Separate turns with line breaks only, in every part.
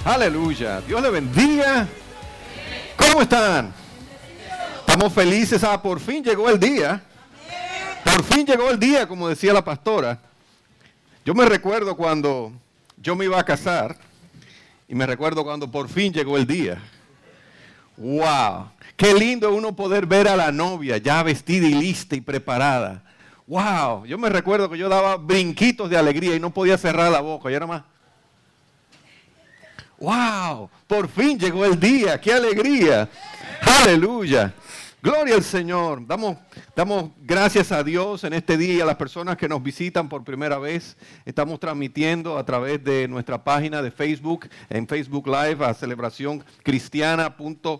Aleluya. Dios le bendiga. ¿Cómo están? Estamos felices. Por fin llegó el día. Por fin llegó el día, como decía la pastora. Yo me recuerdo cuando yo me iba a casar y me recuerdo cuando por fin llegó el día. ¡Wow! Qué lindo uno poder ver a la novia ya vestida y lista y preparada. ¡Wow! Yo me recuerdo que yo daba brinquitos de alegría y no podía cerrar la boca. Y era más. ¡Wow! Por fin llegó el día. ¡Qué alegría! ¡Aleluya! Gloria al Señor. Damos gracias a Dios en este día y a las personas que nos visitan por primera vez. Estamos transmitiendo a través de nuestra página de Facebook, en Facebook Live, a Celebración Cristiana.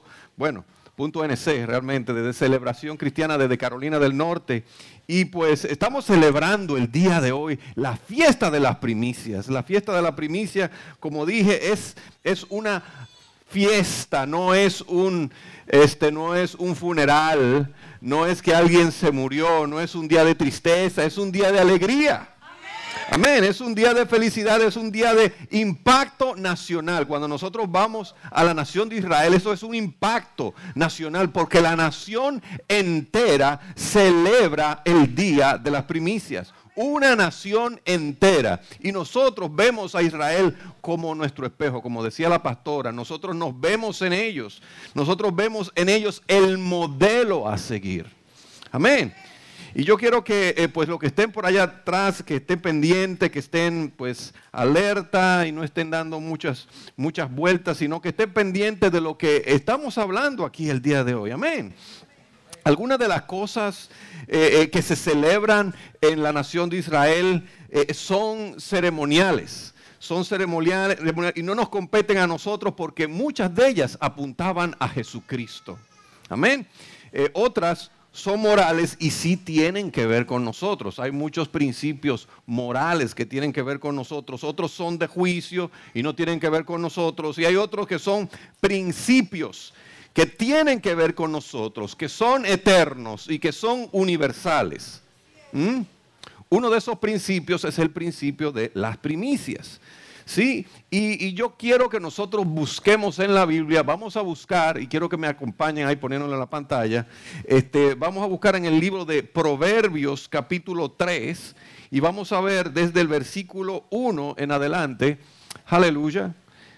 .nc realmente, desde Celebración Cristiana desde Carolina del Norte. Y pues estamos celebrando el día de hoy la fiesta de las primicias. La fiesta de la primicia, como dije, es una fiesta, no es un funeral, no es que alguien se murió, no es un día de tristeza, es un día de alegría. Amén, es un día de felicidad, es un día de impacto nacional. Cuando nosotros vamos a la nación de Israel, eso es un impacto nacional porque la nación entera celebra el día de las primicias. Una nación entera. Y nosotros vemos a Israel como nuestro espejo, como decía la pastora. Nosotros nos vemos en ellos. Nosotros vemos en ellos el modelo a seguir. Amén. Y yo quiero que pues los que estén por allá atrás, que estén pendientes, que estén pues alerta y no estén dando muchas vueltas, sino que estén pendientes de lo que estamos hablando aquí el día de hoy. Amén. Algunas de las cosas que se celebran en la nación de Israel son ceremoniales. Son ceremoniales y no nos competen a nosotros porque muchas de ellas apuntaban a Jesucristo. Amén. Otras son morales y sí tienen que ver con nosotros. Hay muchos principios morales que tienen que ver con nosotros. Otros son de juicio y no tienen que ver con nosotros. Y hay otros que son principios que tienen que ver con nosotros, que son eternos y que son universales. Uno de esos principios es el principio de las primicias. Sí, y yo quiero que nosotros busquemos en la Biblia, vamos a buscar, y quiero que me acompañen ahí poniéndolo en la pantalla, vamos a buscar en el libro de Proverbios capítulo 3, y vamos a ver desde el versículo 1 en adelante, aleluya,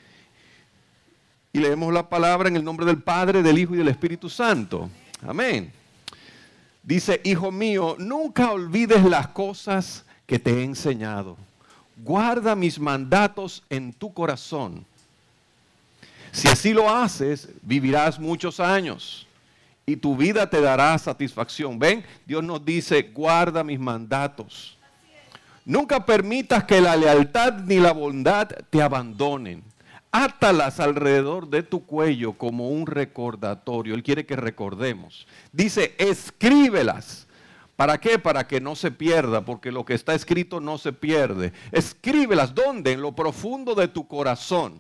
y leemos la palabra en el nombre del Padre, del Hijo y del Espíritu Santo, amén. Dice, hijo mío, nunca olvides las cosas que te he enseñado. Guarda mis mandatos en tu corazón. Si así lo haces, vivirás muchos años y tu vida te dará satisfacción. ¿Ven? Dios nos dice, guarda mis mandatos. Nunca permitas que la lealtad ni la bondad te abandonen. Átalas alrededor de tu cuello como un recordatorio. Él quiere que recordemos. Dice, escríbelas. ¿Para qué? Para que no se pierda, porque lo que está escrito no se pierde. Escríbelas, ¿dónde? En lo profundo de tu corazón.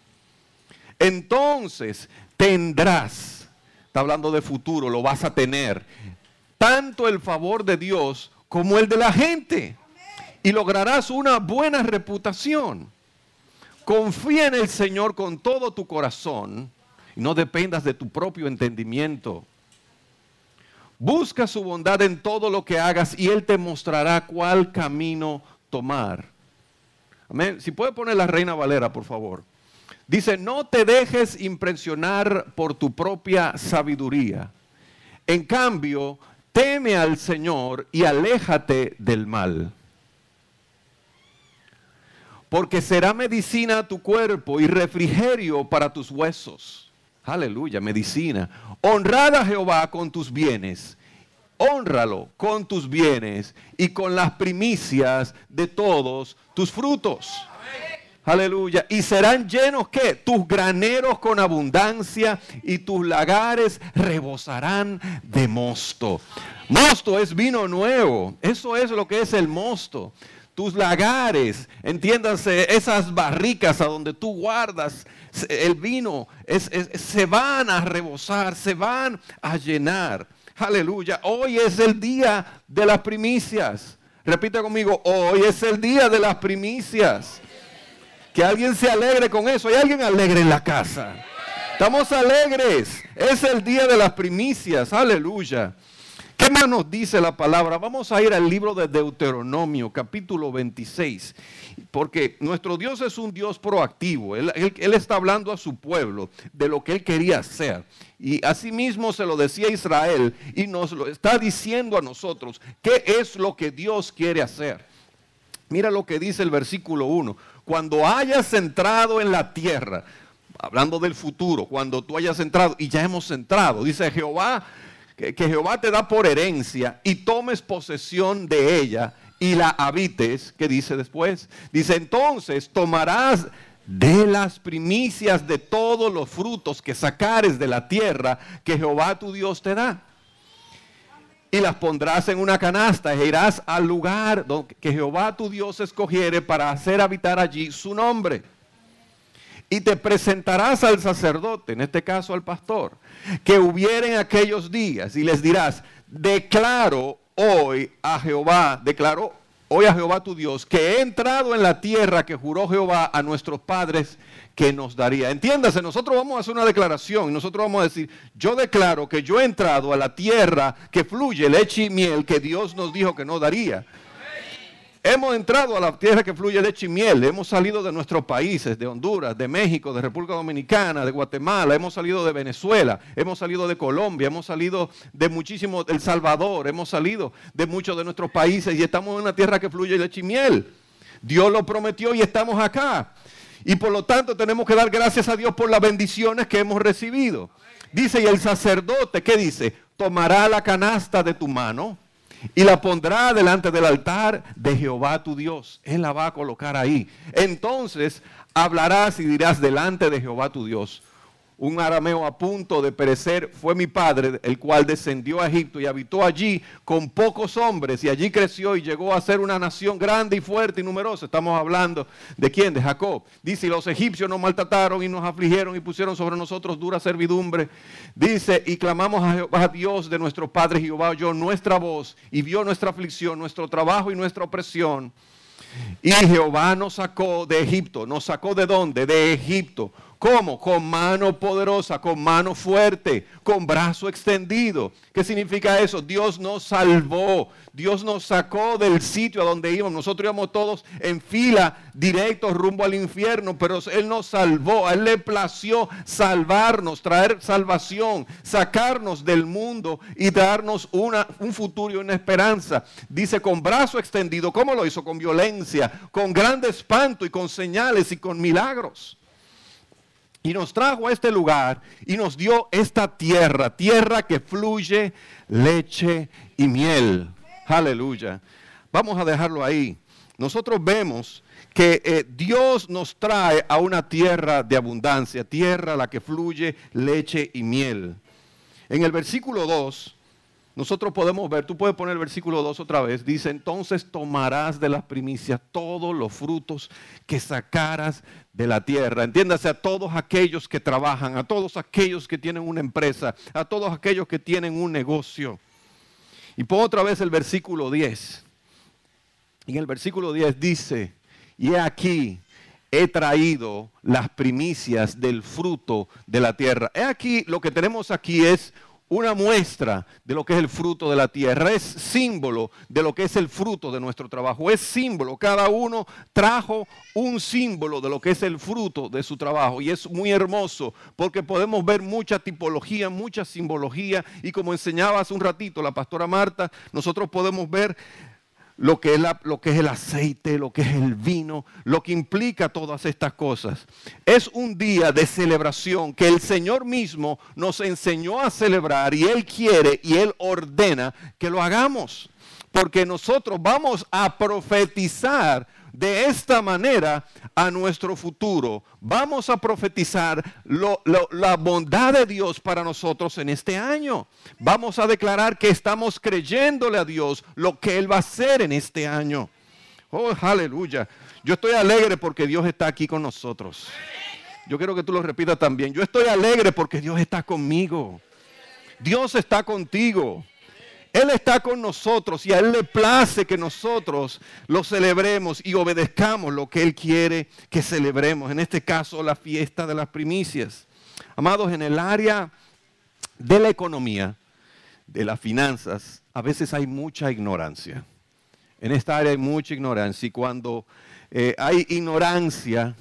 Entonces tendrás, está hablando de futuro, lo vas a tener, tanto el favor de Dios como el de la gente. Y lograrás una buena reputación. Confía en el Señor con todo tu corazón y no dependas de tu propio entendimiento. Busca su bondad en todo lo que hagas y Él te mostrará cuál camino tomar. Amén. Si puede poner la Reina Valera, por favor. Dice, no te dejes impresionar por tu propia sabiduría. En cambio, teme al Señor y aléjate del mal. Porque será medicina a tu cuerpo y refrigerio para tus huesos. Aleluya, medicina. Honrad a Jehová con tus bienes. Hónralo con tus bienes y con las primicias de todos tus frutos. Amén. Aleluya. Y serán llenos, ¿qué? Tus graneros con abundancia y tus lagares rebosarán de mosto. Mosto es vino nuevo. Eso es lo que es el mosto. Tus lagares, entiéndanse, esas barricas a donde tú guardas el vino, se van a rebosar, se van a llenar. Aleluya, hoy es el día de las primicias. Repita conmigo, hoy es el día de las primicias. Que alguien se alegre con eso. ¿Hay alguien alegre en la casa? Estamos alegres. Es el día de las primicias. Aleluya. ¿Qué más nos dice la palabra? Vamos a ir al libro de Deuteronomio, capítulo 26. Porque nuestro Dios es un Dios proactivo. Él está hablando a su pueblo de lo que Él quería hacer. Y asimismo se lo decía a Israel y nos lo está diciendo a nosotros. ¿Qué es lo que Dios quiere hacer? Mira lo que dice el versículo 1. Cuando hayas entrado en la tierra, hablando del futuro, cuando tú hayas entrado, y ya hemos entrado, dice Jehová, que Jehová te da por herencia y tomes posesión de ella y la habites. ¿Qué dice después? Dice, entonces tomarás de las primicias de todos los frutos que sacares de la tierra que Jehová tu Dios te da. Y las pondrás en una canasta e irás al lugar que Jehová tu Dios escogiere para hacer habitar allí su nombre. Y te presentarás al sacerdote, en este caso al pastor, que hubiere en aquellos días, y les dirás, declaro hoy a Jehová tu Dios, que he entrado en la tierra que juró Jehová a nuestros padres que nos daría. Entiéndase, nosotros vamos a hacer una declaración y nosotros vamos a decir, yo declaro que yo he entrado a la tierra que fluye leche y miel que Dios nos dijo que nos daría. Hemos entrado a la tierra que fluye leche y miel. Hemos salido de nuestros países, de Honduras, de México, de República Dominicana, de Guatemala. Hemos salido de Venezuela, hemos salido de Colombia, hemos salido de muchísimo, El Salvador, hemos salido de muchos de nuestros países y estamos en una tierra que fluye leche y miel. Dios lo prometió y estamos acá. Y por lo tanto tenemos que dar gracias a Dios por las bendiciones que hemos recibido. Dice, y el sacerdote, ¿qué dice? Tomará la canasta de tu mano y la pondrá delante del altar de Jehová tu Dios. Él la va a colocar ahí. Entonces hablarás y dirás delante de Jehová tu Dios. Un arameo a punto de perecer fue mi padre, el cual descendió a Egipto y habitó allí con pocos hombres. Y allí creció y llegó a ser una nación grande y fuerte y numerosa. Estamos hablando de ¿quién? De Jacob. Dice, y los egipcios nos maltrataron y nos afligieron y pusieron sobre nosotros dura servidumbre. Dice, y clamamos a Jehová, Dios de nuestro padre Jehová, oyó nuestra voz y vio nuestra aflicción, nuestro trabajo y nuestra opresión. Y Jehová nos sacó de Egipto. ¿Nos sacó de dónde? De Egipto. ¿Cómo? Con mano poderosa, con mano fuerte, con brazo extendido. ¿Qué significa eso? Dios nos salvó. Dios nos sacó del sitio a donde íbamos. Nosotros íbamos todos en fila, directos rumbo al infierno, pero Él nos salvó. A Él le plació salvarnos, traer salvación, sacarnos del mundo y darnos un futuro y una esperanza. Dice, con brazo extendido. ¿Cómo lo hizo? Con violencia, con grande espanto y con señales y con milagros. Y nos trajo a este lugar y nos dio esta tierra, tierra que fluye leche y miel. Aleluya. Vamos a dejarlo ahí. Nosotros vemos que Dios nos trae a una tierra de abundancia, tierra a la que fluye leche y miel. En el versículo 2, nosotros podemos ver, tú puedes poner el versículo 2 otra vez, dice, entonces tomarás de las primicias todos los frutos que sacaras de la tierra. Entiéndase, a todos aquellos que trabajan, a todos aquellos que tienen una empresa, a todos aquellos que tienen un negocio. Y pon otra vez el versículo 10. Y en el versículo 10 dice, y he aquí, he traído las primicias del fruto de la tierra. He aquí, lo que tenemos aquí es una muestra de lo que es el fruto de la tierra, es símbolo de lo que es el fruto de nuestro trabajo, es símbolo, cada uno trajo un símbolo de lo que es el fruto de su trabajo y es muy hermoso porque podemos ver mucha tipología, mucha simbología y como enseñaba hace un ratito la pastora Marta, nosotros podemos ver lo que es el aceite, lo que es el vino, lo que implica todas estas cosas. Es un día de celebración que el Señor mismo nos enseñó a celebrar y Él quiere y Él ordena que lo hagamos. Porque nosotros vamos a profetizar de esta manera a nuestro futuro. Vamos a profetizar la bondad de Dios para nosotros en este año. Vamos a declarar que estamos creyéndole a Dios lo que Él va a hacer en este año. Oh, aleluya. Yo estoy alegre porque Dios está aquí con nosotros. Yo quiero que tú lo repitas también. Yo estoy alegre porque Dios está conmigo. Dios está contigo. Él está con nosotros y a Él le place que nosotros lo celebremos y obedezcamos lo que Él quiere que celebremos. En este caso, la fiesta de las primicias. Amados, en el área de la economía, de las finanzas, a veces hay mucha ignorancia. En esta área hay mucha ignorancia y cuando hay ignorancia,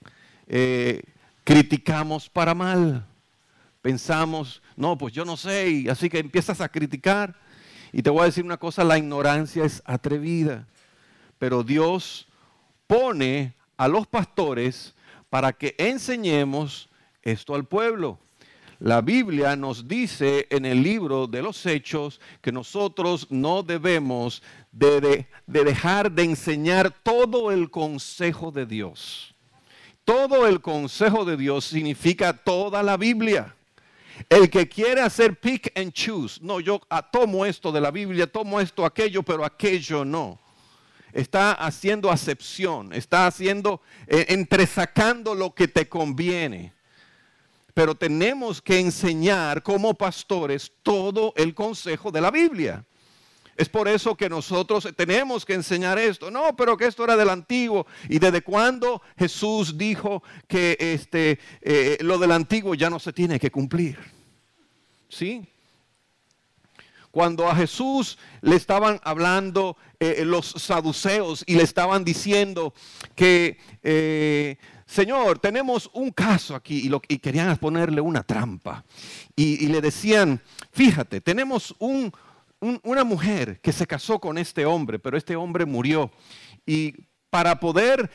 criticamos para mal. Pensamos, no, pues yo no sé, y así que empiezas a criticar. Y te voy a decir una cosa, la ignorancia es atrevida, pero Dios pone a los pastores para que enseñemos esto al pueblo. La Biblia nos dice en el libro de los Hechos que nosotros no debemos de dejar de enseñar todo el consejo de Dios. Todo el consejo de Dios significa toda la Biblia. El que quiere hacer pick and choose, no, yo tomo esto de la Biblia, tomo esto, aquello, pero aquello no. Está haciendo acepción, está haciendo, entresacando lo que te conviene. Pero tenemos que enseñar como pastores todo el consejo de la Biblia. Es por eso que nosotros tenemos que enseñar esto. No, pero que esto era del antiguo. ¿Y desde cuándo Jesús dijo que lo del antiguo ya no se tiene que cumplir? ¿Sí? Cuando a Jesús le estaban hablando los saduceos y le estaban diciendo que, Señor, tenemos un caso aquí y querían ponerle una trampa. Y le decían, fíjate, tenemos una mujer que se casó con este hombre, pero este hombre murió. Y para poder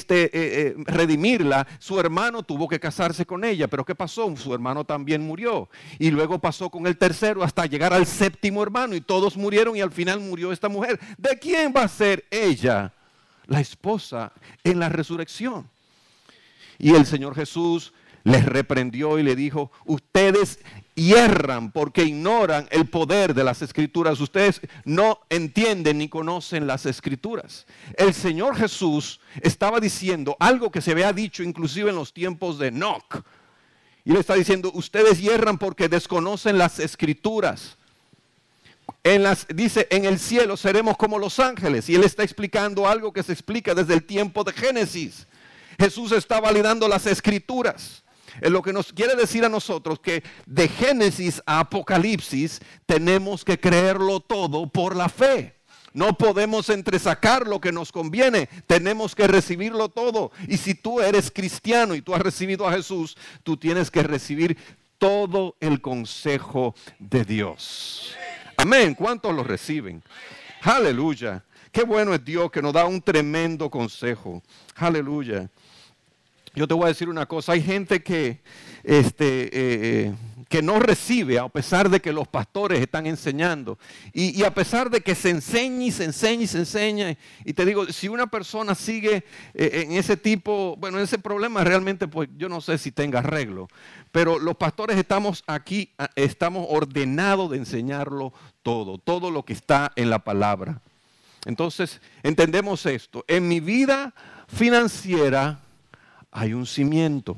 redimirla, su hermano tuvo que casarse con ella. Pero ¿qué pasó? Su hermano también murió. Y luego pasó con el tercero hasta llegar al séptimo hermano. Y todos murieron y al final murió esta mujer. ¿De quién va a ser ella, la esposa, en la resurrección? Y el Señor Jesús les reprendió y le dijo, ustedes hierran porque ignoran el poder de las Escrituras. Ustedes no entienden ni conocen las Escrituras. El Señor Jesús estaba diciendo algo que se había dicho inclusive en los tiempos de Enoc. Y le está diciendo, ustedes hierran porque desconocen las Escrituras. Dice, en el cielo seremos como los ángeles. Y Él está explicando algo que se explica desde el tiempo de Génesis. Jesús está validando las Escrituras. Es lo que nos quiere decir a nosotros que de Génesis a Apocalipsis tenemos que creerlo todo por la fe. No podemos entresacar lo que nos conviene, tenemos que recibirlo todo. Y si tú eres cristiano y tú has recibido a Jesús, tú tienes que recibir todo el consejo de Dios. Amén. ¿Cuántos lo reciben? Aleluya. Qué bueno es Dios que nos da un tremendo consejo. Aleluya. Yo te voy a decir una cosa, hay gente que no recibe a pesar de que los pastores están enseñando y a pesar de que se enseña y se enseña y se enseña. Y te digo, si una persona sigue en ese tipo, bueno, en ese problema realmente pues yo no sé si tenga arreglo, pero los pastores estamos aquí, estamos ordenados de enseñarlo todo lo que está en la palabra. Entonces entendemos esto, en mi vida financiera hay un cimiento,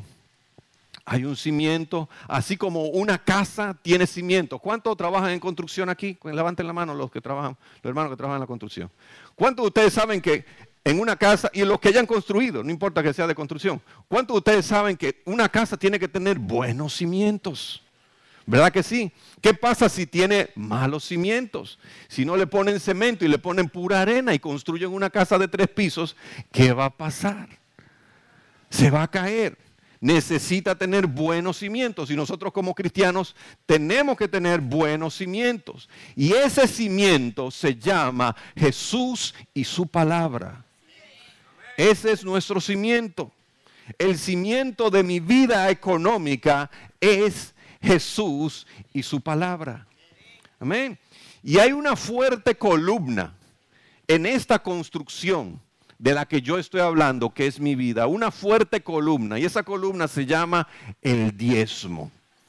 así como una casa tiene cimiento. ¿Cuántos trabajan en construcción aquí? Levanten la mano los hermanos que trabajan en la construcción. ¿Cuántos de ustedes saben que en una casa, y los que hayan construido, no importa que sea de construcción, cuántos de ustedes saben que una casa tiene que tener buenos cimientos? ¿Verdad que sí? ¿Qué pasa si tiene malos cimientos? Si no le ponen cemento y le ponen pura arena y construyen una casa de 3 pisos, ¿qué va a pasar? Se va a caer. Necesita tener buenos cimientos y nosotros como cristianos tenemos que tener buenos cimientos. Y ese cimiento se llama Jesús y su palabra. Ese es nuestro cimiento. El cimiento de mi vida económica es Jesús y su palabra. Amén. Y hay una fuerte columna en esta construcción de la que yo estoy hablando, que es mi vida, una fuerte columna, y esa columna se llama el diezmo.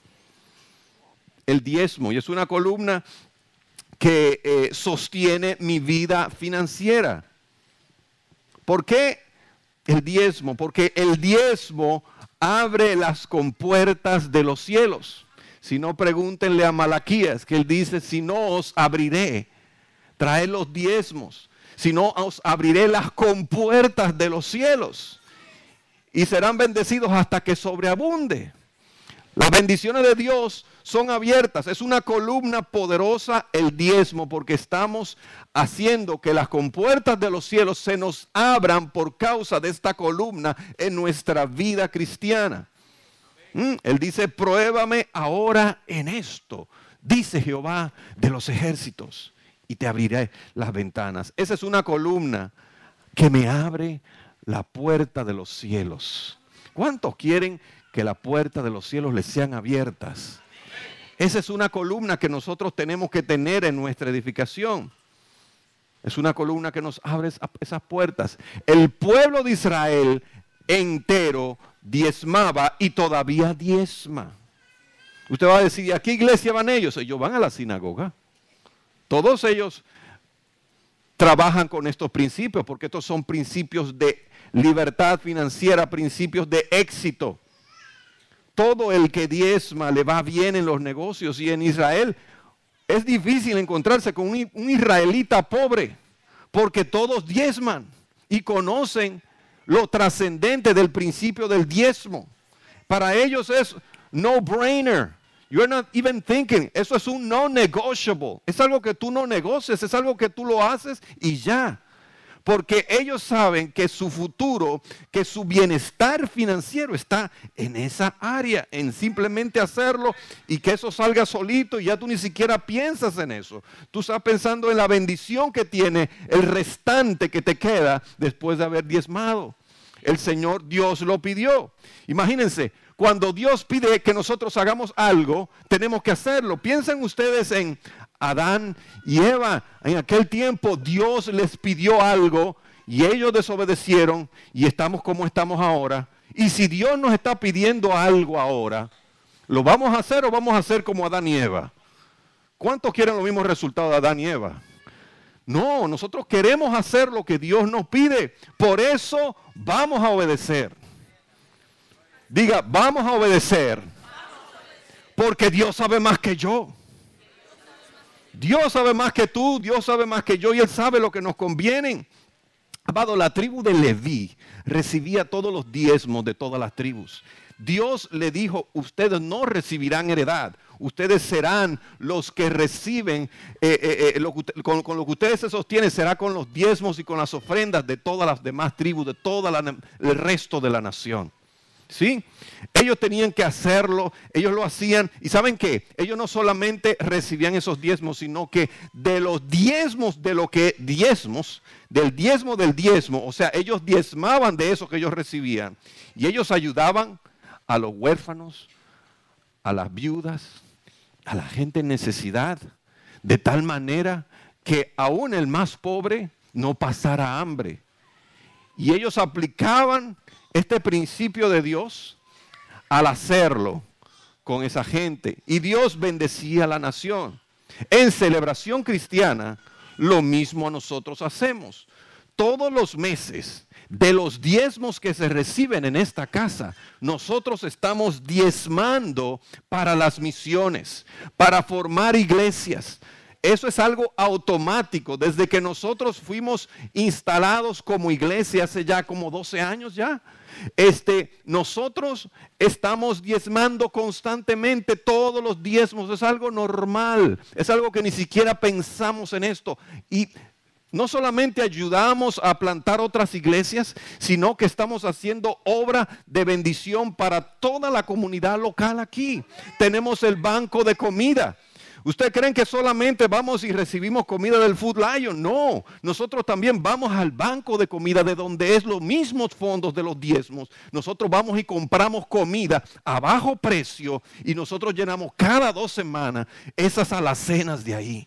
El diezmo, y es una columna que sostiene mi vida financiera. ¿Por qué el diezmo? Porque el diezmo abre las compuertas de los cielos. Si no, pregúntenle a Malaquías, que él dice, si no os abriré, traed los diezmos. Si no, os abriré las compuertas de los cielos. Y serán bendecidos hasta que sobreabunde. Las bendiciones de Dios son abiertas. Es una columna poderosa el diezmo, porque estamos haciendo que las compuertas de los cielos se nos abran por causa de esta columna en nuestra vida cristiana. Él dice, pruébame ahora en esto, dice Jehová de los ejércitos, y te abriré las ventanas. Esa es una columna que me abre la puerta de los cielos. ¿Cuántos quieren que la puerta de los cielos les sean abiertas? Esa es una columna que nosotros tenemos que tener en nuestra edificación. Es una columna que nos abre esas puertas. El pueblo de Israel entero diezmaba y todavía diezma. Usted va a decir, ¿y a qué iglesia van ellos? Ellos van a la sinagoga. Todos ellos trabajan con estos principios, porque estos son principios de libertad financiera, principios de éxito. Todo el que diezma le va bien en los negocios, y en Israel es difícil encontrarse con un israelita pobre, porque todos diezman y conocen lo trascendente del principio del diezmo. Para ellos es no-brainer. You're not even thinking. Eso es un non-negotiable. Es algo que tú no negocias, es algo que tú lo haces y ya. Porque ellos saben que su futuro, que su bienestar financiero está en esa área, en simplemente hacerlo y que eso salga solito, y ya tú ni siquiera piensas en eso. Tú estás pensando en la bendición que tiene el restante que te queda después de haber diezmado. El Señor Dios lo pidió. Imagínense, cuando Dios pide que nosotros hagamos algo, tenemos que hacerlo. Piensen ustedes en Adán y Eva. En aquel tiempo Dios les pidió algo y ellos desobedecieron, y estamos como estamos ahora. Y si Dios nos está pidiendo algo ahora, ¿lo vamos a hacer o vamos a hacer como Adán y Eva? ¿Cuántos quieren los mismos resultados de Adán y Eva? No, nosotros queremos hacer lo que Dios nos pide. Por eso vamos a obedecer. Diga, vamos a obedecer. Porque Dios sabe más que yo. Dios sabe más que tú, Dios sabe más que yo, y Él sabe lo que nos conviene. Amado, la tribu de Leví recibía todos los diezmos de todas las tribus. Dios le dijo, ustedes no recibirán heredad. Ustedes serán los que reciben, con lo que ustedes se sostienen será con los diezmos y con las ofrendas de todas las demás tribus, de todo el resto de la nación. ¿Sí? Ellos tenían que hacerlo, ellos lo hacían, y ¿saben qué? Ellos no solamente recibían esos diezmos, sino que de los diezmos del diezmo, o sea, ellos diezmaban de eso que ellos recibían, y ellos ayudaban a los huérfanos, a las viudas, a la gente en necesidad, de tal manera que aún el más pobre no pasara hambre. Y ellos aplicaban este principio de Dios al hacerlo con esa gente. Y Dios bendecía a la nación. En celebración cristiana, lo mismo nosotros hacemos. Todos los meses, de los diezmos que se reciben en esta casa, nosotros estamos diezmando para las misiones, para formar iglesias. Eso es algo automático. Desde que nosotros fuimos instalados como iglesia hace ya como 12 años ya, nosotros estamos diezmando constantemente todos los diezmos. Es algo normal, es algo que ni siquiera pensamos en esto. Y no solamente ayudamos a plantar otras iglesias, sino que estamos haciendo obra de bendición para toda la comunidad local aquí. Tenemos el banco de comida. ¿Ustedes creen que solamente vamos y recibimos comida del Food Lion? No, nosotros también vamos al banco de comida, de donde es los mismos fondos de los diezmos. Nosotros vamos y compramos comida a bajo precio, y nosotros llenamos cada 2 semanas esas alacenas de ahí.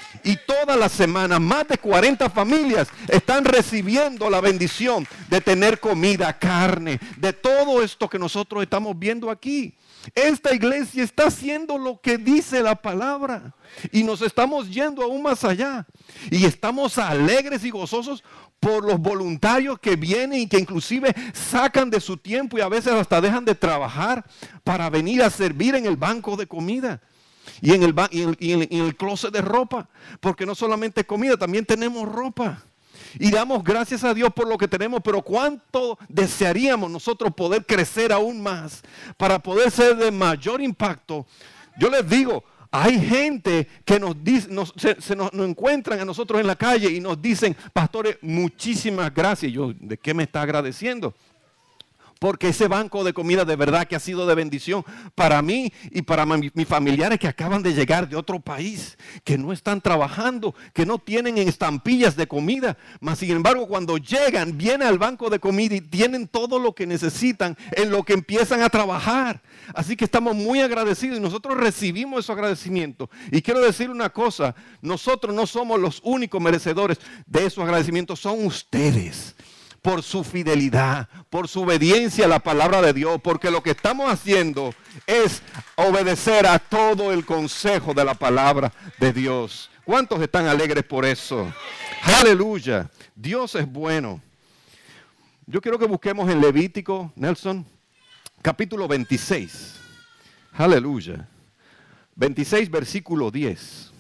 Y todas las semanas más de 40 familias están recibiendo la bendición de tener comida, carne, de todo esto que nosotros estamos viendo aquí. Esta iglesia está haciendo lo que dice la palabra y nos estamos yendo aún más allá. Y estamos alegres y gozosos por los voluntarios que vienen y que inclusive sacan de su tiempo y a veces hasta dejan de trabajar para venir a servir en el banco de comida. Y en el closet de ropa, porque no solamente comida, también tenemos ropa. Y damos gracias a Dios por lo que tenemos, pero cuánto desearíamos nosotros poder crecer aún más para poder ser de mayor impacto. Yo les digo, hay gente que nos encuentran a nosotros en la calle y nos dicen, pastores, muchísimas gracias. Yo, ¿de qué me está agradeciendo? Porque ese banco de comida de verdad que ha sido de bendición para mí y para mis familiares que acaban de llegar de otro país, que no están trabajando, que no tienen estampillas de comida, mas sin embargo cuando llegan, vienen al banco de comida y tienen todo lo que necesitan en lo que empiezan a trabajar. Así que estamos muy agradecidos y nosotros recibimos esos agradecimientos. Y quiero decir una cosa, nosotros no somos los únicos merecedores de esos agradecimientos, son ustedes. Por su fidelidad, por su obediencia a la palabra de Dios, porque lo que estamos haciendo es obedecer a todo el consejo de la palabra de Dios. ¿Cuántos están alegres por eso? Aleluya, Dios es bueno. Yo quiero que busquemos en Levítico, Nelson, capítulo 26. Aleluya. 26, versículo 10.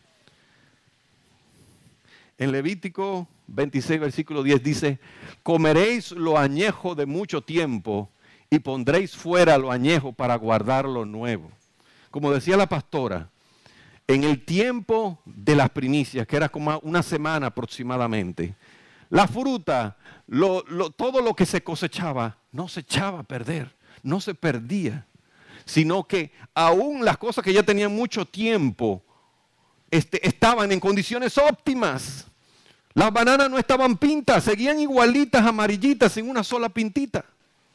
En Levítico 26, versículo 10 dice, comeréis lo añejo de mucho tiempo y pondréis fuera lo añejo para guardar lo nuevo. Como decía la pastora, en el tiempo de las primicias, que era como una semana aproximadamente, la fruta, todo lo que se cosechaba, no se echaba a perder, no se perdía, sino que aún las cosas que ya tenían mucho tiempo, estaban en condiciones óptimas. Las bananas no estaban pintas, seguían igualitas, amarillitas, sin una sola pintita.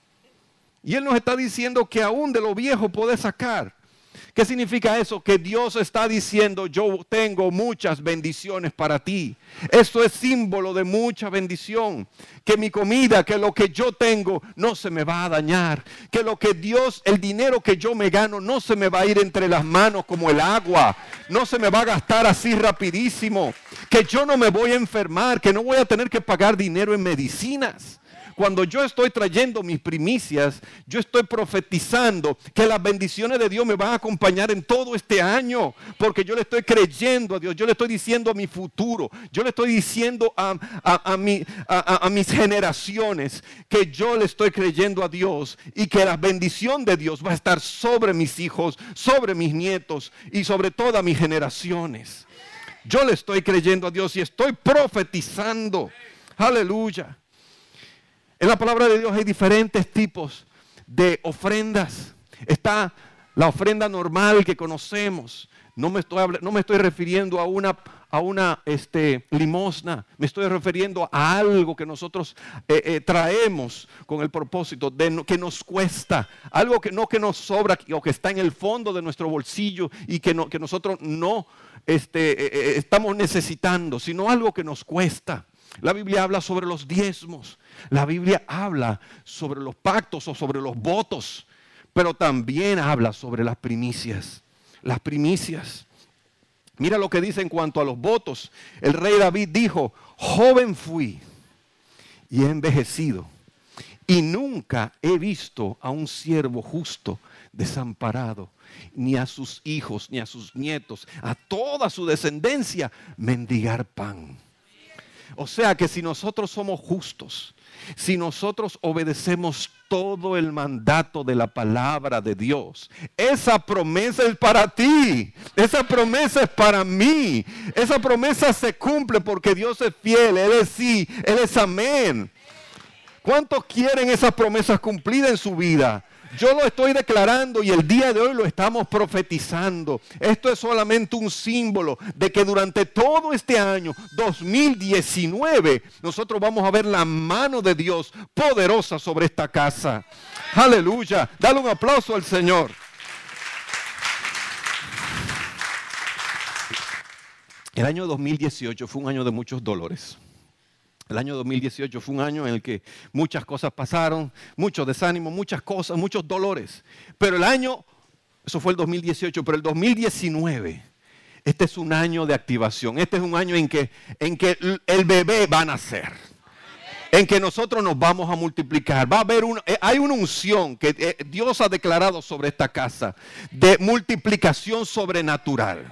Y Él nos está diciendo que aún de lo viejo podés sacar. ¿Qué significa eso? Que Dios está diciendo, yo tengo muchas bendiciones para ti. Esto es símbolo de mucha bendición. Que mi comida, que lo que yo tengo no se me va a dañar. Que lo que Dios, el dinero que yo me gano no se me va a ir entre las manos como el agua. No se me va a gastar así rapidísimo. Que yo no me voy a enfermar, que no voy a tener que pagar dinero en medicinas. Cuando yo estoy trayendo mis primicias, yo estoy profetizando que las bendiciones de Dios me van a acompañar en todo este año, porque yo le estoy creyendo a Dios, yo le estoy diciendo a mi futuro, yo le estoy diciendo a mis generaciones que yo le estoy creyendo a Dios y que la bendición de Dios va a estar sobre mis hijos, sobre mis nietos y sobre todas mis generaciones. Yo le estoy creyendo a Dios y estoy profetizando. Aleluya. En la palabra de Dios hay diferentes tipos de ofrendas. Está la ofrenda normal que conocemos. No me estoy refiriendo a una limosna. Me estoy refiriendo a algo que nosotros traemos con el propósito de que nos cuesta. Algo que nos sobra o que está en el fondo de nuestro bolsillo y que nosotros no estamos necesitando, sino algo que nos cuesta. La Biblia habla sobre los diezmos. La Biblia habla sobre los pactos o sobre los votos. Pero también habla sobre las primicias. Las primicias. Mira lo que dice en cuanto a los votos. El rey David dijo, joven fui y he envejecido. Y nunca he visto a un siervo justo desamparado, ni a sus hijos, ni a sus nietos, a toda su descendencia mendigar pan. O sea que si nosotros somos justos, si nosotros obedecemos todo el mandato de la palabra de Dios, esa promesa es para ti, esa promesa es para mí, esa promesa se cumple porque Dios es fiel, Él es sí, Él es amén. ¿Cuántos quieren esas promesas cumplidas en su vida? Yo lo estoy declarando y el día de hoy lo estamos profetizando. Esto es solamente un símbolo de que durante todo este año 2019 nosotros vamos a ver la mano de Dios poderosa sobre esta casa. Aleluya. Dale un aplauso al Señor. El año 2018 fue un año de muchos dolores. El año 2018 fue un año en el que muchas cosas pasaron, mucho desánimo, muchas cosas, muchos dolores. Pero eso fue el 2018, pero el 2019, este es un año de activación. Este es un año en que el bebé va a nacer. En que nosotros nos vamos a multiplicar. Hay una unción que Dios ha declarado sobre esta casa de multiplicación sobrenatural.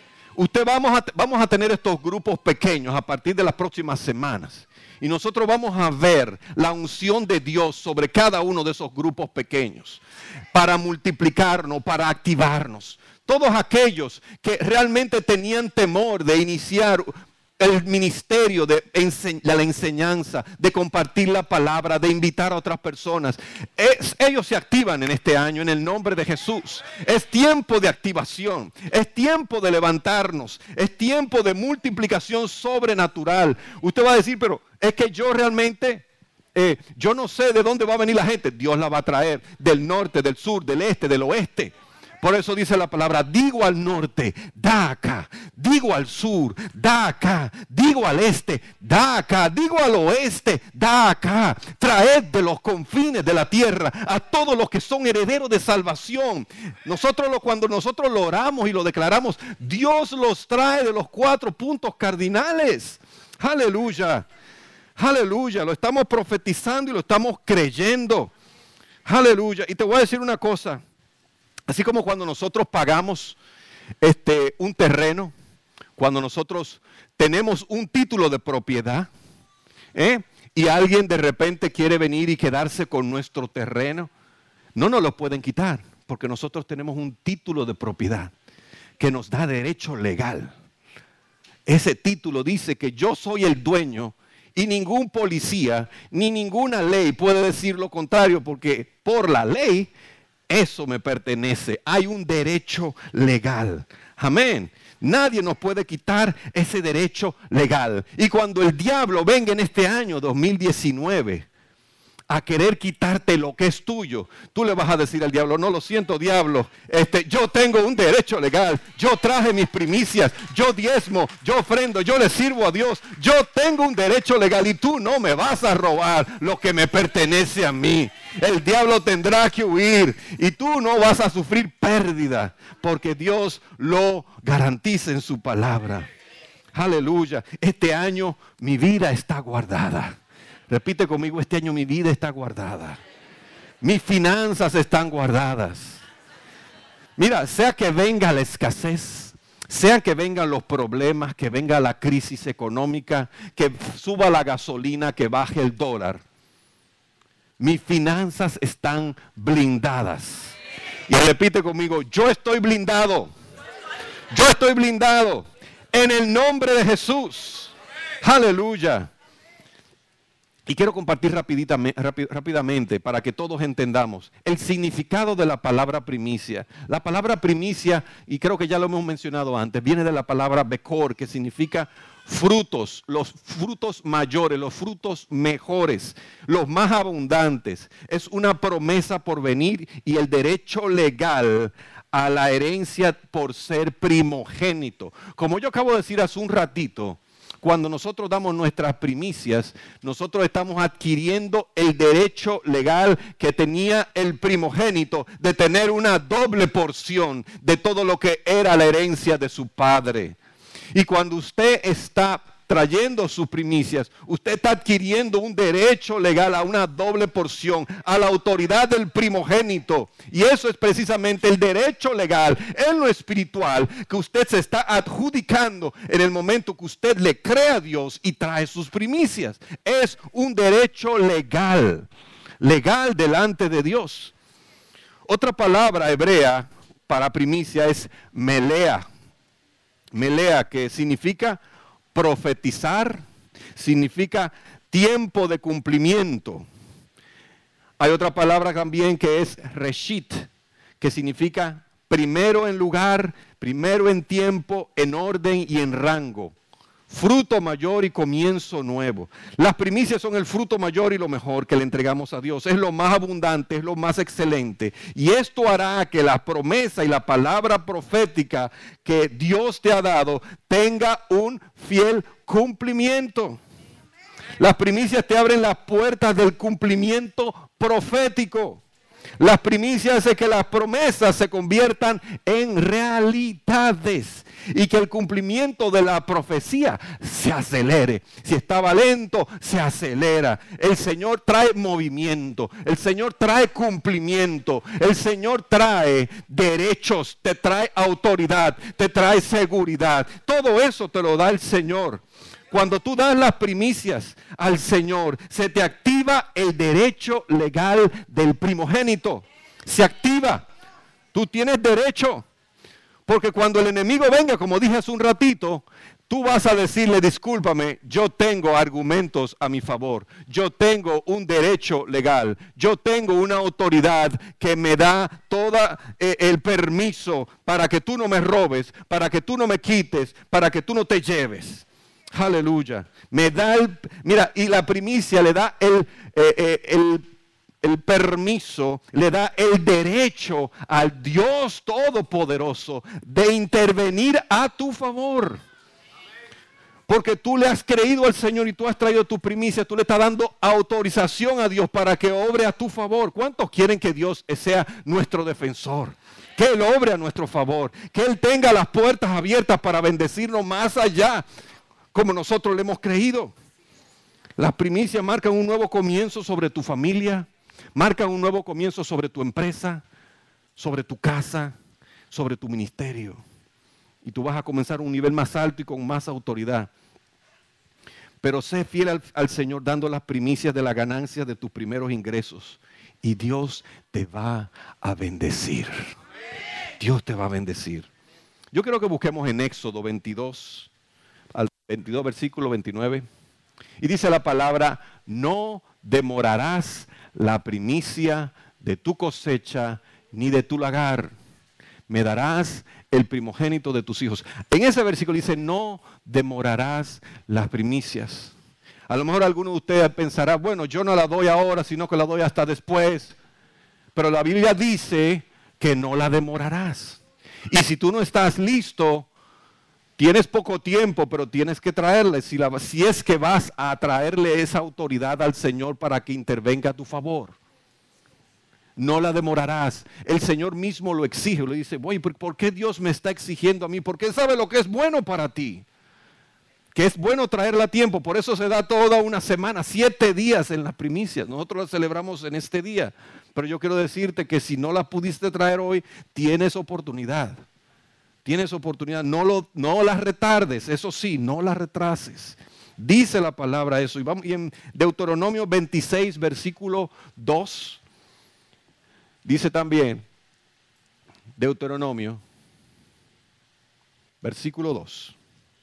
Vamos a tener estos grupos pequeños a partir de las próximas semanas. Y nosotros vamos a ver la unción de Dios sobre cada uno de esos grupos pequeños. Para multiplicarnos, para activarnos. Todos aquellos que realmente tenían temor de iniciar el ministerio de la enseñanza, de compartir la palabra, de invitar a otras personas. Ellos se activan en este año en el nombre de Jesús. Es tiempo de activación, es tiempo de levantarnos, es tiempo de multiplicación sobrenatural. Usted va a decir, pero es que yo realmente, yo no sé de dónde va a venir la gente. Dios la va a traer del norte, del sur, del este, del oeste. Por eso dice la palabra, digo al norte, da acá, digo al sur, da acá, digo al este, da acá, digo al oeste, da acá. Traed de los confines de la tierra a todos los que son herederos de salvación. Cuando nosotros lo oramos y lo declaramos, Dios los trae de los 4 puntos cardinales. Aleluya, aleluya, lo estamos profetizando y lo estamos creyendo. Aleluya, y te voy a decir una cosa. Así como cuando nosotros pagamos un terreno, cuando nosotros tenemos un título de propiedad, y alguien de repente quiere venir y quedarse con nuestro terreno, no nos lo pueden quitar, porque nosotros tenemos un título de propiedad que nos da derecho legal. Ese título dice que yo soy el dueño y ningún policía ni ninguna ley puede decir lo contrario, porque por la ley eso me pertenece. Hay un derecho legal. Amén. Nadie nos puede quitar ese derecho legal. Y cuando el diablo venga en este año 2019 a querer quitarte lo que es tuyo, tú le vas a decir al diablo, no, lo siento, diablo, yo tengo un derecho legal, yo traje mis primicias, yo diezmo, yo ofrendo, yo le sirvo a Dios, yo tengo un derecho legal y tú no me vas a robar lo que me pertenece a mí. El diablo tendrá que huir y tú no vas a sufrir pérdida, porque Dios lo garantiza en su palabra. Aleluya. Este año mi vida está guardada. Repite conmigo, este año mi vida está guardada. Mis finanzas están guardadas. Mira, sea que venga la escasez, sea que vengan los problemas, que venga la crisis económica, que suba la gasolina, que baje el dólar. Mis finanzas están blindadas. Y repite conmigo, yo estoy blindado. Yo estoy blindado en el nombre de Jesús. Aleluya. Y quiero compartir rápidamente para que todos entendamos el significado de la palabra primicia. La palabra primicia, y creo que ya lo hemos mencionado antes, viene de la palabra bekor, que significa frutos, los frutos mayores, los frutos mejores, los más abundantes. Es una promesa por venir y el derecho legal a la herencia por ser primogénito. Como yo acabo de decir hace un ratito, cuando nosotros damos nuestras primicias, nosotros estamos adquiriendo el derecho legal que tenía el primogénito de tener una doble porción de todo lo que era la herencia de su padre. Y cuando usted está trayendo sus primicias, usted está adquiriendo un derecho legal a una doble porción, a la autoridad del primogénito. Y eso es precisamente el derecho legal en lo espiritual que usted se está adjudicando en el momento que usted le cree a Dios y trae sus primicias. Es un derecho legal, legal delante de Dios. Otra palabra hebrea para primicia es melea. Melea, que significa profetizar, significa tiempo de cumplimiento. Hay otra palabra también que es reshit, que significa primero en lugar, primero en tiempo, en orden y en rango. fruto mayor y comienzo nuevo. Las primicias son el fruto mayor y lo mejor que le entregamos a Dios. Es lo más abundante, es lo más excelente. Y esto hará que la promesa y la palabra profética que Dios te ha dado tenga un fiel cumplimiento. Las primicias te abren las puertas del cumplimiento profético. Las primicias hacen que las promesas se conviertan en realidades y que el cumplimiento de la profecía se acelere. Si estaba lento, se acelera. El Señor trae movimiento, el Señor trae cumplimiento, el Señor trae derechos, te trae autoridad, te trae seguridad. Todo eso te lo da el Señor. Cuando tú das las primicias al Señor, se te activa el derecho legal del primogénito. Se activa. Tú tienes derecho. Porque cuando el enemigo venga, como dije hace un ratito, tú vas a decirle, discúlpame, yo tengo argumentos a mi favor. Yo tengo un derecho legal. Yo tengo una autoridad que me da todo el permiso para que tú no me robes, para que tú no me quites, para que tú no te lleves. Aleluya. Me da mira, y la primicia le da el permiso, le da el derecho al Dios Todopoderoso de intervenir a tu favor. Porque tú le has creído al Señor y tú has traído tu primicia, tú le estás dando autorización a Dios para que obre a tu favor. ¿Cuántos quieren que Dios sea nuestro defensor? Que Él obre a nuestro favor, que Él tenga las puertas abiertas para bendecirnos más allá, como nosotros le hemos creído. Las primicias marcan un nuevo comienzo sobre tu familia, marcan un nuevo comienzo sobre tu empresa, sobre tu casa, sobre tu ministerio. Y tú vas a comenzar a un nivel más alto y con más autoridad. Pero sé fiel al Señor dando las primicias de las ganancias de tus primeros ingresos. Y Dios te va a bendecir. Dios te va a bendecir. Yo quiero que busquemos en Éxodo 22, al 22, versículo 29. Y dice la palabra, no demorarás la primicia de tu cosecha ni de tu lagar. Me darás el primogénito de tus hijos. En ese versículo dice, no demorarás las primicias. A lo mejor alguno de ustedes pensará, bueno, yo no la doy ahora, sino que la doy hasta después. Pero la Biblia dice que no la demorarás. Y si tú no estás listo, tienes poco tiempo, pero tienes que traerle, si es que vas a traerle esa autoridad al Señor para que intervenga a tu favor. No la demorarás. El Señor mismo lo exige. Le dice, oye, ¿por qué Dios me está exigiendo a mí? Porque Él sabe lo que es bueno para ti. Que es bueno traerla a tiempo. Por eso se da toda una semana, 7 días en las primicias. Nosotros las celebramos en este día. Pero yo quiero decirte que si no la pudiste traer hoy, tienes oportunidad. Tienes oportunidad. No las retardes. Eso sí, no las retrases. Dice la palabra eso. Y en Deuteronomio 26, versículo 2. Dice también, Deuteronomio, versículo 2.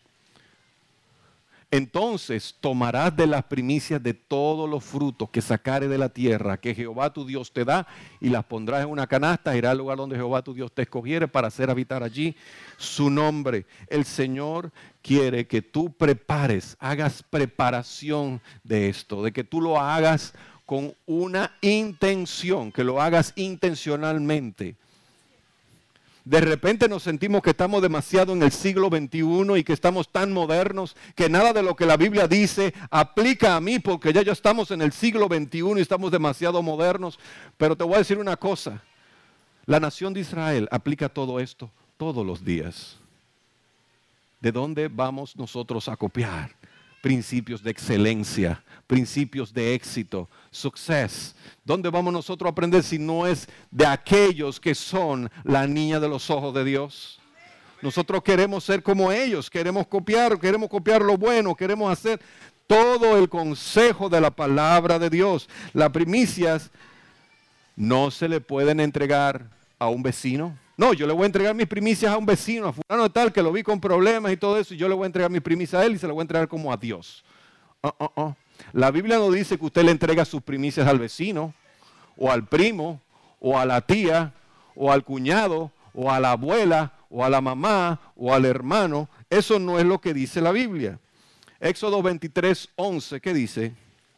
Entonces tomarás de las primicias de todos los frutos que sacare de la tierra que Jehová tu Dios te da y las pondrás en una canasta, irás al lugar donde Jehová tu Dios te escogiere para hacer habitar allí su nombre. El Señor quiere que tú prepares, hagas preparación de esto, de que tú lo hagas con una intención, que lo hagas intencionalmente. De repente nos sentimos que estamos demasiado en el siglo XXI y que estamos tan modernos que nada de lo que la Biblia dice aplica a mí porque ya estamos en el siglo XXI y estamos demasiado modernos. Pero te voy a decir una cosa, la nación de Israel aplica todo esto todos los días. ¿De dónde vamos nosotros a copiar? Principios de excelencia, principios de éxito, success. ¿Dónde vamos nosotros a aprender si no es de aquellos que son la niña de los ojos de Dios? Nosotros queremos ser como ellos, queremos copiar lo bueno, queremos hacer todo el consejo de la palabra de Dios. Las primicias no se le pueden entregar a un vecino. No, yo le voy a entregar mis primicias a un vecino, a fulano de tal, que lo vi con problemas y todo eso, y yo le voy a entregar mis primicias a él y se las voy a entregar como a Dios. La Biblia no dice que usted le entrega sus primicias al vecino, o al primo, o a la tía, o al cuñado, o a la abuela, o a la mamá, o al hermano. Eso no es lo que dice la Biblia. Éxodo 23:11, ¿qué dice?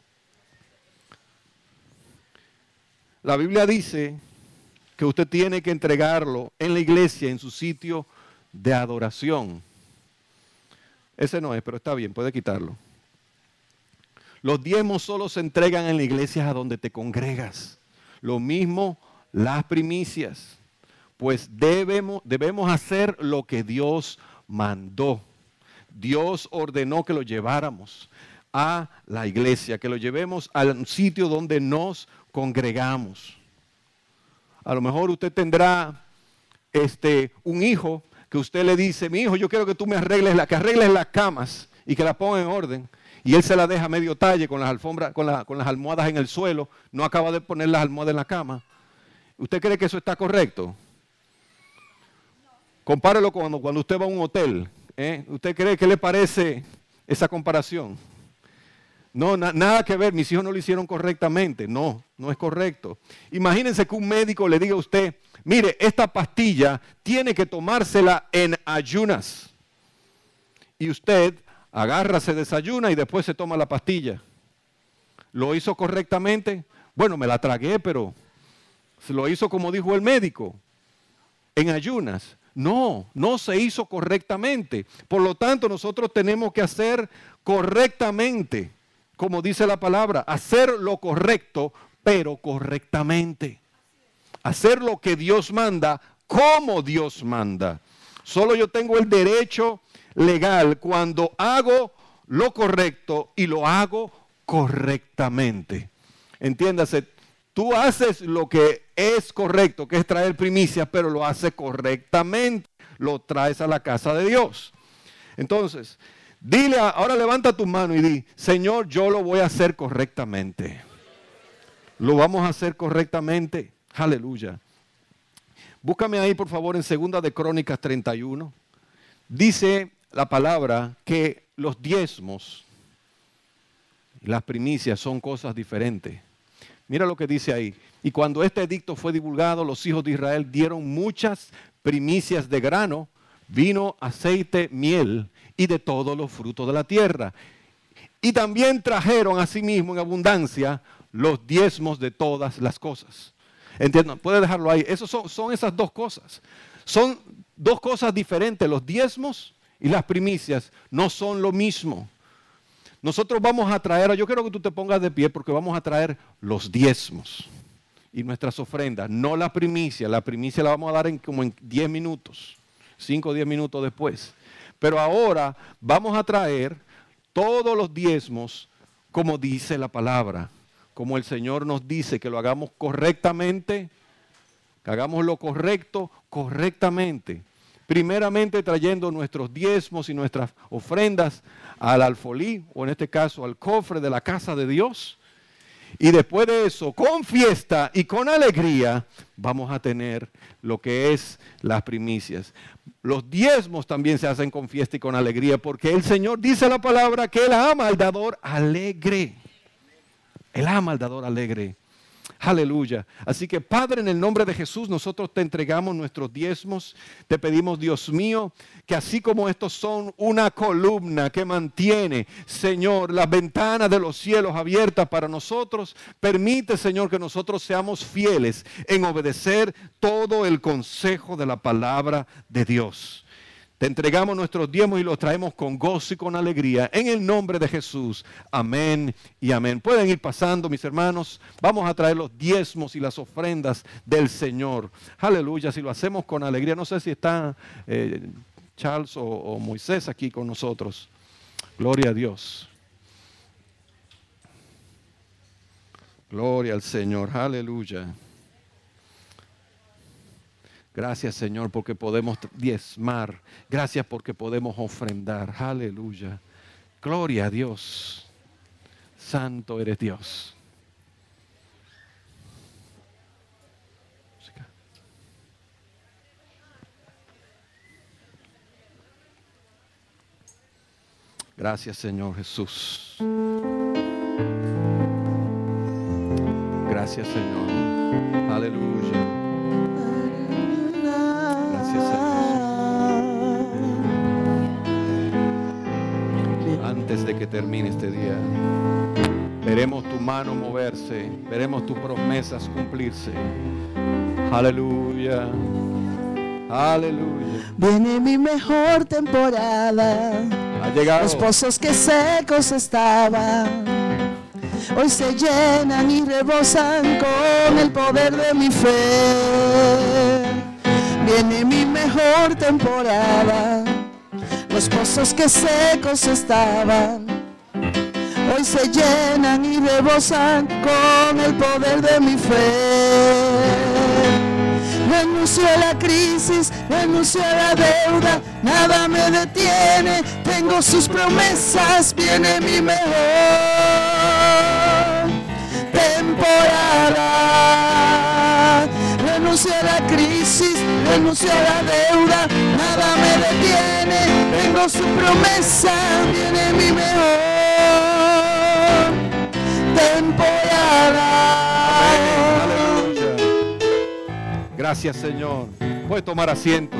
La Biblia dice que usted tiene que entregarlo en la iglesia, en su sitio de adoración. Ese no es, pero está bien, puede quitarlo. Los diezmos solo se entregan en la iglesia a donde te congregas. Lo mismo las primicias. Pues debemos hacer lo que Dios mandó. Dios ordenó que lo lleváramos a la iglesia, que lo llevemos al sitio donde nos congregamos. A lo mejor usted tendrá un hijo que usted le dice, mi hijo, yo quiero que tú me arregles las camas y que las ponga en orden. Y él se la deja a medio talle con las alfombras, con las almohadas en el suelo, no acaba de poner las almohadas en la cama. ¿Usted cree que eso está correcto? Compárelo cuando usted va a un hotel. ¿Usted cree que le parece esa comparación? No, nada que ver, mis hijos no lo hicieron correctamente. No, no es correcto. Imagínense que un médico le diga a usted, mire, esta pastilla tiene que tomársela en ayunas. Y usted agarra, se desayuna y después se toma la pastilla. ¿Lo hizo correctamente? Bueno, me la tragué, pero se lo hizo como dijo el médico, en ayunas. No, no se hizo correctamente. Por lo tanto, nosotros tenemos que hacer correctamente, como dice la palabra, hacer lo correcto, pero correctamente. Hacer lo que Dios manda, como Dios manda. Solo yo tengo el derecho legal cuando hago lo correcto y lo hago correctamente. Entiéndase, tú haces lo que es correcto, que es traer primicias, pero lo haces correctamente, lo traes a la casa de Dios. Entonces, ahora levanta tu mano y di, Señor, yo lo voy a hacer correctamente. Lo vamos a hacer correctamente. Aleluya. Búscame ahí, por favor, en 2 de Crónicas 31. Dice la palabra que los diezmos, las primicias son cosas diferentes. Mira lo que dice ahí. Y cuando este edicto fue divulgado, los hijos de Israel dieron muchas primicias de grano, vino, aceite, miel y de todos los frutos de la tierra. Y también trajeron asimismo en abundancia los diezmos de todas las cosas. ¿Entienden? Puede dejarlo ahí. Esos son esas dos cosas. Son dos cosas diferentes. Los diezmos y las primicias no son lo mismo. Nosotros vamos a traer, yo quiero que tú te pongas de pie porque vamos a traer los diezmos y nuestras ofrendas, no la primicia. La primicia la vamos a dar como en 10 minutos, 5 o 10 minutos después. Pero ahora vamos a traer todos los diezmos como dice la palabra, como el Señor nos dice que lo hagamos correctamente, que hagamos lo correcto correctamente. Primeramente trayendo nuestros diezmos y nuestras ofrendas al alfolí, o en este caso al cofre de la casa de Dios. Y después de eso, con fiesta y con alegría, vamos a tener lo que es las primicias. Los diezmos también se hacen con fiesta y con alegría, porque el Señor dice la palabra que Él ama al dador alegre. Él ama al dador alegre. Aleluya. Así que Padre, en el nombre de Jesús, nosotros te entregamos nuestros diezmos. Te pedimos, Dios mío, que así como estos son una columna que mantiene, Señor, las ventanas de los cielos abiertas para nosotros, permite, Señor, que nosotros seamos fieles en obedecer todo el consejo de la palabra de Dios. Te entregamos nuestros diezmos y los traemos con gozo y con alegría. En el nombre de Jesús. Amén y amén. Pueden ir pasando, mis hermanos. Vamos a traer los diezmos y las ofrendas del Señor. Aleluya. Si lo hacemos con alegría. No sé si está Charles o Moisés aquí con nosotros. Gloria a Dios. Gloria al Señor. Aleluya. Gracias, Señor, porque podemos diezmar. Gracias porque podemos ofrendar. Aleluya. Gloria a Dios. Santo eres Dios. Gracias, Señor Jesús. Gracias, Señor. Aleluya. Ante antes de que termine este día. Veremos tu mano moverse, veremos tus promesas cumplirse. Aleluya, aleluya.
Viene mi mejor temporada.
Ha llegado.
Los pozos que secos estaban, hoy se llenan y rebosan con el poder de mi fe. Viene mi mejor temporada. Los pozos que secos estaban, hoy se llenan y rebosan con el poder de mi fe. Renuncio a la crisis, renuncio a la deuda, nada me detiene, tengo sus promesas, viene mi mejor temporada. Renuncio a la crisis, renuncio a la deuda, nada me detiene, tengo su promesa, viene mi mejor temporada.
Aleluya. Gracias, Señor. Puede tomar asiento.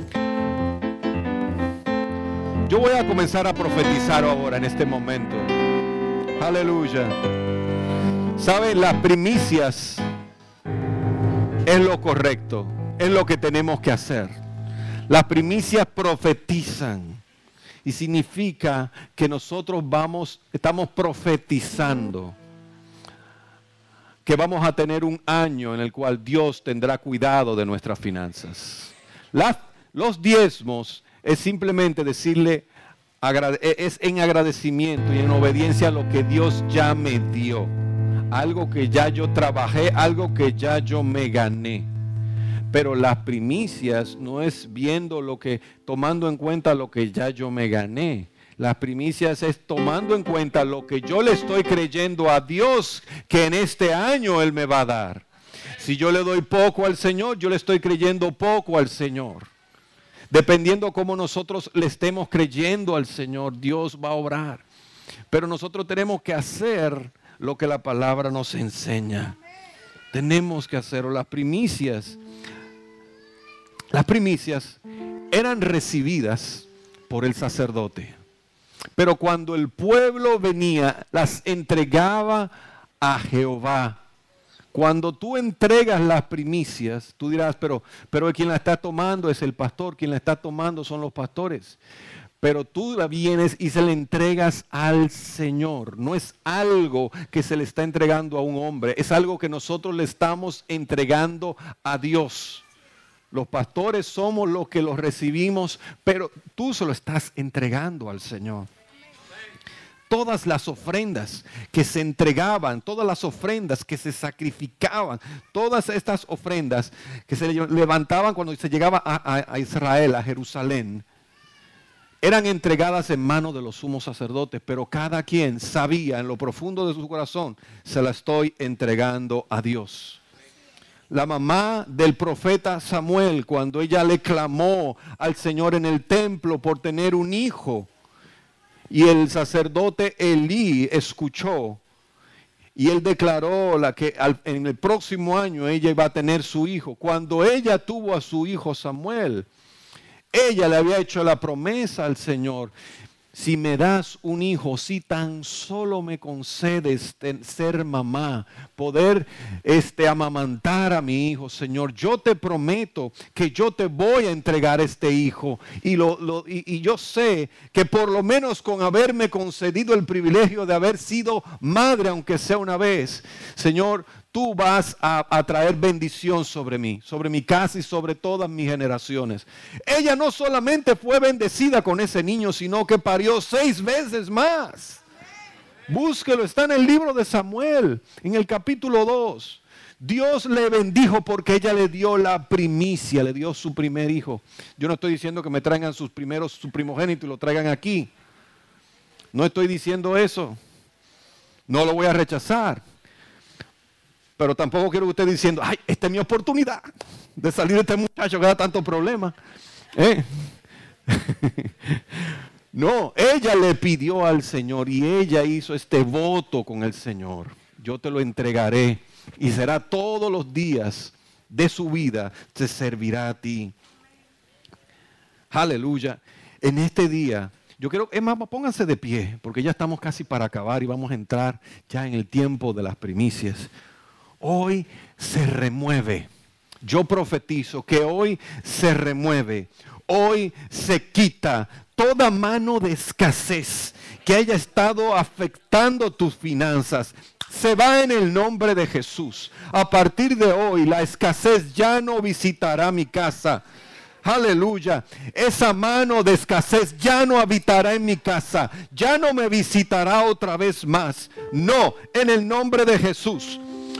Yo voy a comenzar a profetizar ahora en este momento. Aleluya. ¿Saben? Las primicias es lo correcto, es lo que tenemos que hacer. Las primicias profetizan y significa que nosotros estamos profetizando que vamos a tener un año en el cual Dios tendrá cuidado de nuestras finanzas. Los diezmos es simplemente decirle, es en agradecimiento y en obediencia a lo que Dios ya me dio. Algo que ya yo trabajé, algo que ya yo me gané. Pero las primicias no es tomando en cuenta lo que ya yo me gané. Las primicias es tomando en cuenta lo que yo le estoy creyendo a Dios que en este año Él me va a dar. Si yo le doy poco al Señor, yo le estoy creyendo poco al Señor. Dependiendo cómo nosotros le estemos creyendo al Señor, Dios va a obrar. Pero nosotros tenemos que hacer lo que la palabra nos enseña. Tenemos que hacerlo. Las primicias eran recibidas por el sacerdote. Pero cuando el pueblo venía, las entregaba a Jehová. Cuando tú entregas las primicias, tú dirás, pero quien la está tomando es el pastor, quien la está tomando son los pastores. Pero tú la vienes y se la entregas al Señor. No es algo que se le está entregando a un hombre, es algo que nosotros le estamos entregando a Dios. Los pastores somos los que los recibimos, pero tú se lo estás entregando al Señor. Todas las ofrendas que se entregaban, todas las ofrendas que se sacrificaban, todas estas ofrendas que se levantaban cuando se llegaba a Israel, a Jerusalén, eran entregadas en manos de los sumos sacerdotes, pero cada quien sabía en lo profundo de su corazón, se la estoy entregando a Dios. La mamá del profeta Samuel, cuando ella le clamó al Señor en el templo por tener un hijo, y el sacerdote Elí escuchó, y él declaró que en el próximo año ella iba a tener su hijo. Cuando ella tuvo a su hijo Samuel, ella le había hecho la promesa al Señor: si me das un hijo, si tan solo me concedes ser mamá, poder amamantar a mi hijo, Señor, yo te prometo que yo te voy a entregar este hijo. Y yo sé que por lo menos con haberme concedido el privilegio de haber sido madre, aunque sea una vez, Señor, tú vas a traer bendición sobre mí, sobre mi casa y sobre todas mis generaciones. Ella no solamente fue bendecida con ese niño, sino que parió 6 veces más. Búsquelo, está en el libro de Samuel, en el capítulo 2. Dios le bendijo porque ella le dio la primicia, le dio su primer hijo. Yo no estoy diciendo que me traigan su primogénito y lo traigan aquí. No estoy diciendo eso. No lo voy a rechazar. Pero tampoco quiero que usted diciendo, ay, esta es mi oportunidad de salir de este muchacho que da tanto problema. No, ella le pidió al Señor y ella hizo este voto con el Señor. Yo te lo entregaré y será todos los días de su vida, te servirá a ti. Aleluya. En este día Yo quiero, es más, pónganse de pie, porque ya estamos casi para acabar y vamos a entrar ya en el tiempo de las primicias. Hoy se remueve. Yo profetizo que hoy se remueve. Hoy se quita toda mano de escasez que haya estado afectando tus finanzas. Se va en el nombre de Jesús. A partir de hoy, la escasez ya no visitará mi casa. Aleluya. Esa mano de escasez ya no habitará en mi casa. Ya no me visitará otra vez más. No, en el nombre de Jesús.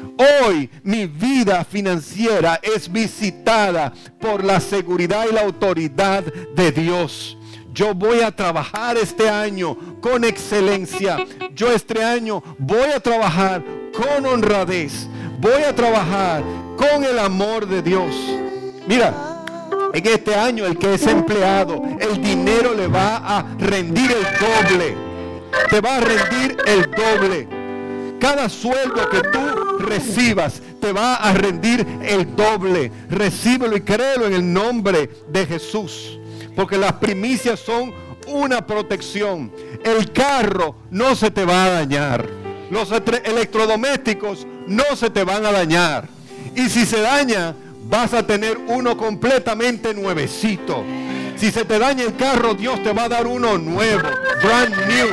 Hoy mi vida financiera es visitada por la seguridad y la autoridad de Dios. Yo voy a trabajar este año con excelencia. Yo este año voy a trabajar con honradez. Voy a trabajar con el amor de Dios. Mira. En este año el que es empleado, el dinero le va a rendir el doble. Te va a rendir el doble. Cada sueldo que tú recibas te va a rendir el doble. Recíbelo y créelo en el nombre de Jesús. Porque las primicias son una protección. El carro no se te va a dañar. Los electrodomésticos no se te van a dañar. Y si se daña, vas a tener uno completamente nuevecito. Si se te daña el carro, Dios te va a dar uno nuevo, brand new.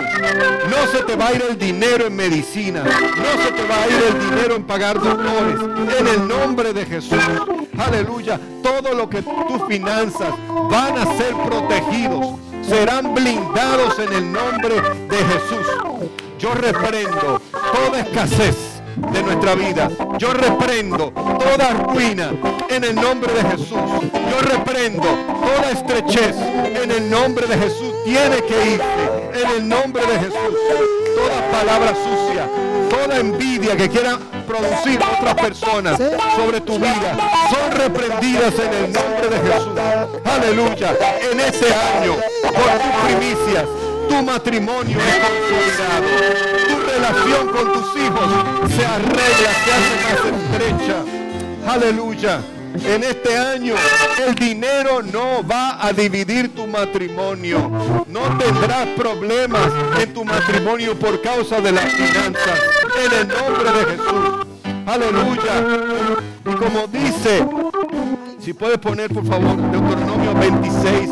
No se te va a ir el dinero en medicina. No se te va a ir el dinero en pagar doctores. En el nombre de Jesús. Aleluya. Todo lo que tus finanzas van a ser protegidos. Serán blindados en el nombre de Jesús. Yo reprendo toda escasez de nuestra vida. Yo reprendo toda ruina en el nombre de Jesús. Yo reprendo toda estrechez en el nombre de Jesús. Tiene que irse en el nombre de Jesús. Toda palabra sucia, toda envidia que quiera producir otras personas sobre tu vida, son reprendidas en el nombre de Jesús. Aleluya. En este año, por tus primicias, tu matrimonio es consolidado. Tu relación con tus hijos se arregla, se hace más estrecha. Aleluya. En este año el dinero no va a dividir tu matrimonio. No tendrás problemas en tu matrimonio por causa de las finanzas. En el nombre de Jesús. Aleluya. Y como dice, si puedes poner por favor Deuteronomio 26:10.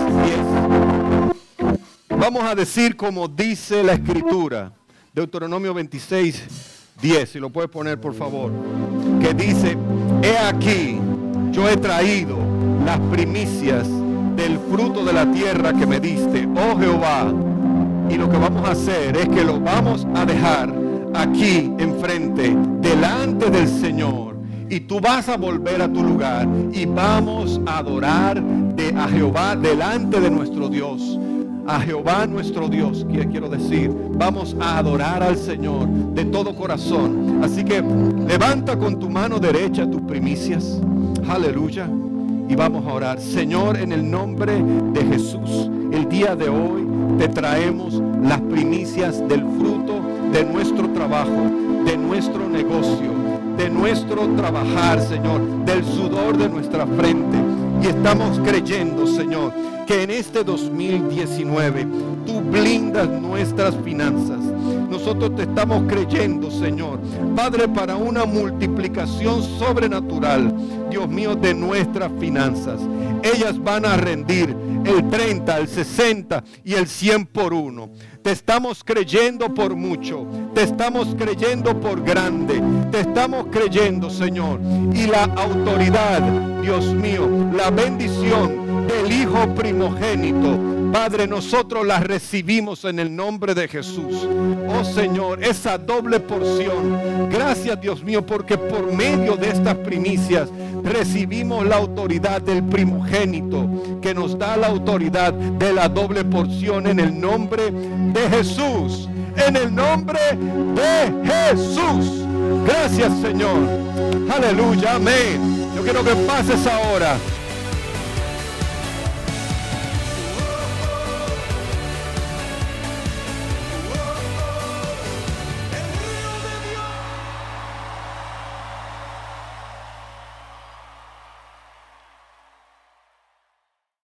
Vamos a decir como dice la Escritura. Deuteronomio 26:10, si lo puedes poner por favor. Que dice, he aquí, yo he traído las primicias del fruto de la tierra que me diste, oh Jehová. Y lo que vamos a hacer es que lo vamos a dejar aquí enfrente, delante del Señor. Y tú vas a volver a tu lugar y vamos a adorar a Jehová delante de nuestro Dios. A Jehová nuestro Dios, quiero decir, vamos a adorar al Señor de todo corazón. Así que levanta con tu mano derecha tus primicias. Aleluya. Y vamos a orar. Señor, en el nombre de Jesús, el día de hoy te traemos las primicias del fruto de nuestro trabajo, de nuestro negocio, de nuestro trabajar, Señor, del sudor de nuestra frente. Y estamos creyendo, Señor, que en este 2019 tú blindas nuestras finanzas. Nosotros te estamos creyendo, Señor, Padre, para una multiplicación sobrenatural, Dios mío, de nuestras finanzas. Ellas van a rendir el 30, el 60 y el 100 por uno. Te estamos creyendo por mucho. Te estamos creyendo por grande. Te estamos creyendo, Señor. Y la autoridad, Dios mío, la bendición del Hijo primogénito, Padre, nosotros la recibimos en el nombre de Jesús. Oh Señor, esa doble porción. Gracias, Dios mío, porque por medio de estas primicias recibimos la autoridad del primogénito, que nos da la autoridad de la doble porción en el nombre de Jesús. En el nombre de Jesús. Gracias, Señor. Aleluya, amén. Yo quiero que pases ahora